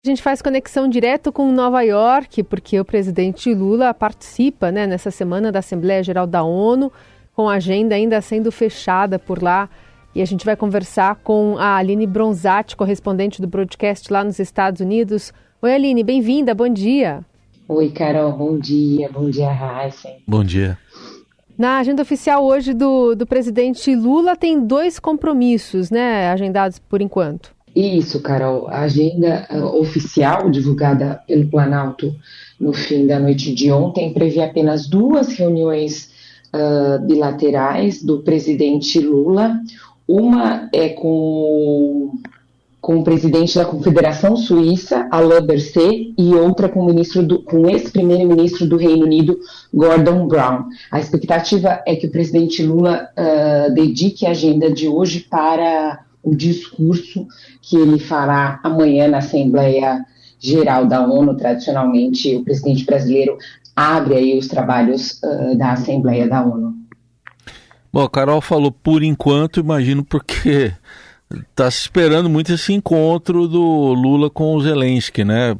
A gente faz conexão direto com Nova York, porque o presidente Lula participa, nessa semana da Assembleia Geral da ONU, com a agenda ainda sendo fechada por lá. E a gente vai conversar com a Aline Bronzatti, correspondente do Broadcast lá nos Estados Unidos. Oi, Aline, bem-vinda, bom dia. Oi, Carol, bom dia, Raíssa. Bom dia. Na agenda oficial hoje do presidente Lula tem 2 compromissos, agendados por enquanto. Isso, Carol. A agenda oficial divulgada pelo Planalto no fim da noite de ontem prevê apenas 2 reuniões bilaterais do presidente Lula. Uma é com o presidente da Confederação Suíça, Alain Berset, e outra com o ex-primeiro-ministro do Reino Unido, Gordon Brown. A expectativa é que o presidente Lula dedique a agenda de hoje para o discurso que ele fará amanhã na Assembleia Geral da ONU. Tradicionalmente, o presidente brasileiro abre aí os trabalhos da Assembleia da ONU. Bom, a Carol falou por enquanto, imagino porque está se esperando muito esse encontro do Lula com o Zelensky, né?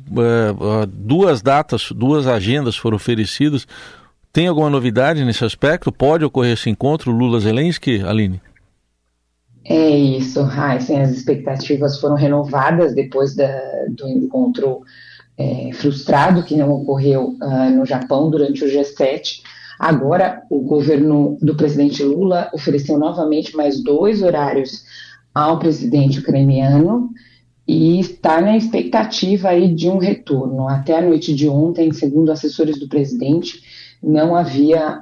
2 agendas foram oferecidas. Tem alguma novidade nesse aspecto? Pode ocorrer esse encontro Lula-Zelensky, Aline? É isso, Raíssa. As expectativas foram renovadas depois do encontro frustrado que não ocorreu no Japão durante o G7. Agora, o governo do presidente Lula ofereceu novamente mais 2 horários ao presidente ucraniano e está na expectativa aí de um retorno. Até a noite de ontem, segundo assessores do presidente, não havia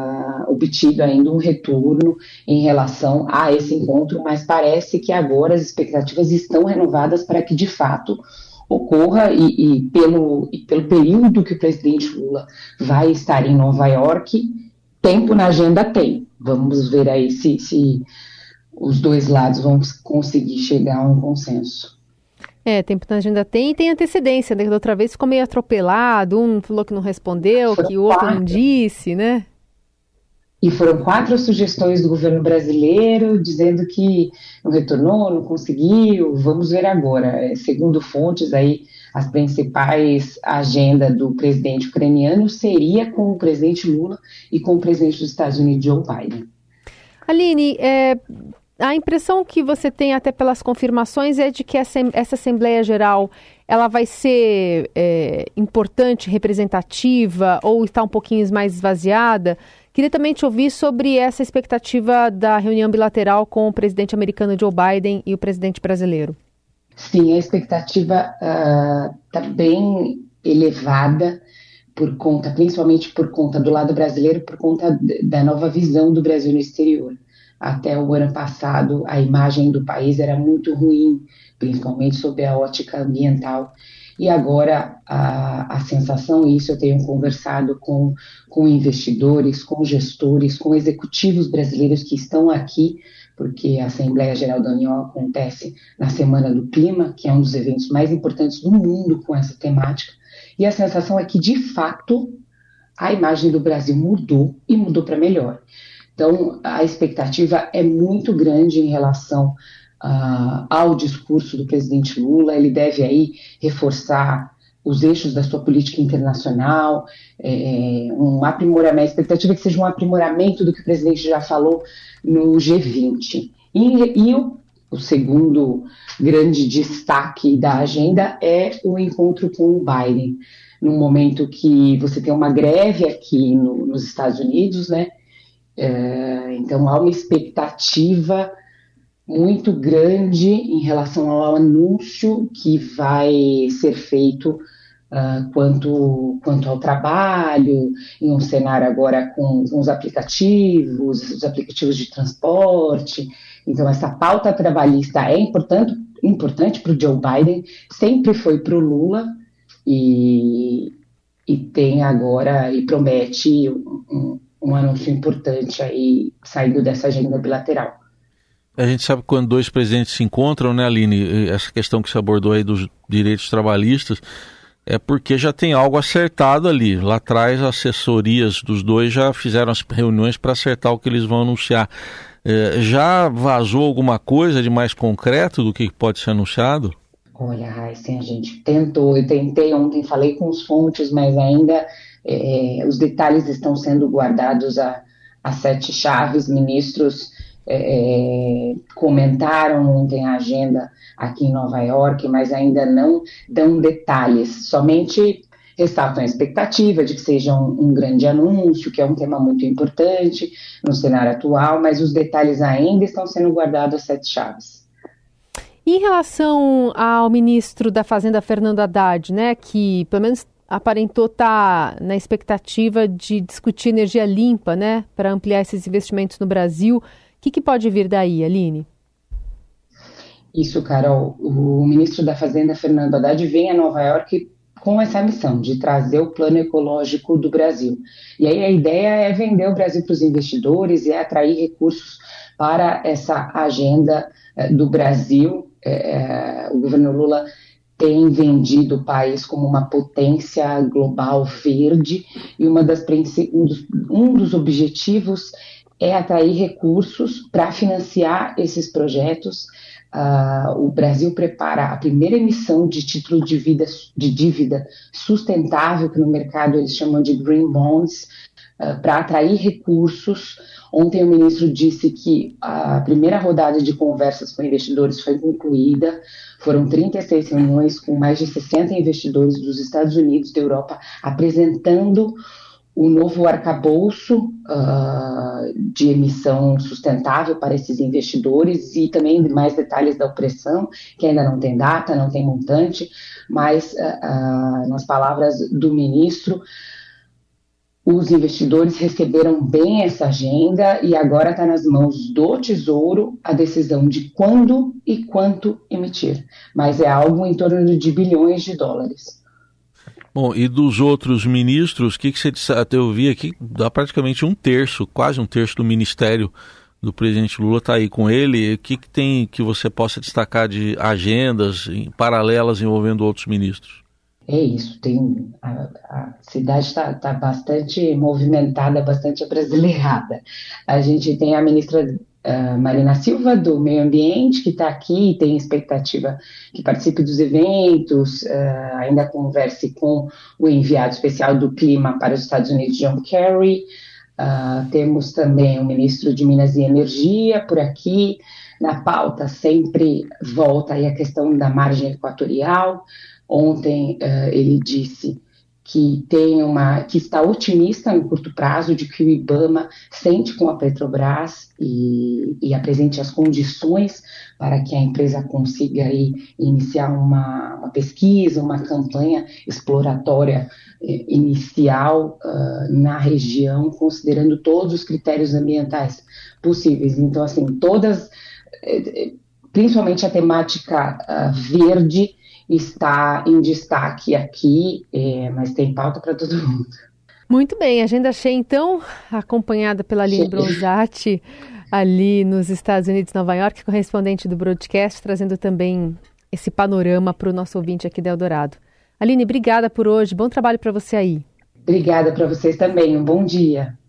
obtido ainda um retorno em relação a esse encontro, mas parece que agora as expectativas estão renovadas para que de fato ocorra e pelo período que o presidente Lula vai estar em Nova York, tempo na agenda tem. Vamos ver aí se os 2 lados vão conseguir chegar a um consenso. Tempo na agenda tem e tem antecedência, né? Da outra vez ficou meio atropelado, um falou que não respondeu, que o outro não disse, né? E foram 4 sugestões do governo brasileiro dizendo que não retornou, não conseguiu. Vamos ver agora. Segundo fontes, aí, as principais agendas do presidente ucraniano seria com o presidente Lula e com o presidente dos Estados Unidos, Joe Biden. Aline, a impressão que você tem até pelas confirmações é de que essa Assembleia Geral ela vai ser importante, representativa ou está um pouquinho mais esvaziada? Queria também te ouvir sobre essa expectativa da reunião bilateral com o presidente americano Joe Biden e o presidente brasileiro. Sim, a expectativa está bem elevada principalmente por conta do lado brasileiro, por conta da nova visão do Brasil no exterior. Até o ano passado, a imagem do país era muito ruim, principalmente sob a ótica ambiental. E agora a sensação, e isso eu tenho conversado com investidores, com gestores, com executivos brasileiros que estão aqui, porque a Assembleia Geral da União acontece na Semana do Clima, que é um dos eventos mais importantes do mundo com essa temática. E a sensação é que, de fato, a imagem do Brasil mudou e mudou para melhor. Então, a expectativa é muito grande em relação ao discurso do presidente Lula. Ele deve aí reforçar os eixos da sua política internacional, um aprimoramento, a expectativa é que seja um aprimoramento do que o presidente já falou no G20. E o segundo grande destaque da agenda é o encontro com o Biden, no momento que você tem uma greve aqui nos Estados Unidos, né? Então há uma expectativa muito grande em relação ao anúncio que vai ser feito quanto ao trabalho, em um cenário agora com os aplicativos de transporte. Então essa pauta trabalhista é importante para o Joe Biden, sempre foi para o Lula e tem agora e promete um anúncio importante aí saindo dessa agenda bilateral. A gente sabe que quando 2 presidentes se encontram, né, Aline, essa questão que você abordou aí dos direitos trabalhistas, é porque já tem algo acertado ali. Lá atrás, as assessorias dos 2 já fizeram as reuniões para acertar o que eles vão anunciar. Já vazou alguma coisa de mais concreto do que pode ser anunciado? Olha, Raíssen, a gente tentou, eu tentei ontem, falei com os fontes, mas ainda os detalhes estão sendo guardados a sete chaves. Ministros comentaram ontem a agenda aqui em Nova York, mas ainda não dão detalhes, somente ressaltam a expectativa de que seja um grande anúncio, que é um tema muito importante no cenário atual, mas os detalhes ainda estão sendo guardados a sete chaves. Em relação ao ministro da Fazenda, Fernando Haddad, né, que pelo menos aparentou estar na expectativa de discutir energia limpa, né, para ampliar esses investimentos no Brasil, o que pode vir daí, Aline? Isso, Carol. O ministro da Fazenda, Fernando Haddad, vem a Nova York com essa missão de trazer o plano ecológico do Brasil. E aí a ideia é vender o Brasil para os investidores e atrair recursos para essa agenda do Brasil. O governo Lula tem vendido o país como uma potência global verde e um dos objetivos é atrair recursos para financiar esses projetos. O Brasil prepara a primeira emissão de título de dívida sustentável, que no mercado eles chamam de Green Bonds, para atrair recursos. Ontem o ministro disse que a primeira rodada de conversas com investidores foi concluída, foram 36 reuniões com mais de 60 investidores dos Estados Unidos e da Europa, apresentando o novo arcabouço de emissão sustentável para esses investidores e também mais detalhes da operação, que ainda não tem data, não tem montante, mas nas palavras do ministro, os investidores receberam bem essa agenda e agora está nas mãos do Tesouro a decisão de quando e quanto emitir, mas é algo em torno de bilhões de dólares. Bom, e dos outros ministros, o que você disse? Até eu vi aqui, dá praticamente quase um terço do ministério do presidente Lula está aí com ele. O que tem que você possa destacar de agendas paralelas envolvendo outros ministros? É isso, a cidade está bastante movimentada, bastante abrasileirada. A gente tem a ministra Marina Silva, do Meio Ambiente, que está aqui, tem expectativa que participe dos eventos, ainda converse com o enviado especial do clima para os Estados Unidos, John Kerry. Temos também o ministro de Minas e Energia por aqui. Na pauta sempre volta aí a questão da margem equatorial. Ontem ele disse que está otimista no curto prazo de que o IBAMA sente com a Petrobras e apresente as condições para que a empresa consiga aí iniciar uma pesquisa, uma campanha exploratória inicial na região, considerando todos os critérios ambientais possíveis. Então, assim, principalmente a temática verde, está em destaque aqui, mas tem pauta para todo mundo. Muito bem, agenda cheia então, acompanhada pela Aline Bronzatti, ali nos Estados Unidos, Nova York, correspondente do Broadcast, trazendo também esse panorama para o nosso ouvinte aqui da Eldorado. Aline, obrigada por hoje, bom trabalho para você aí. Obrigada para vocês também, um bom dia.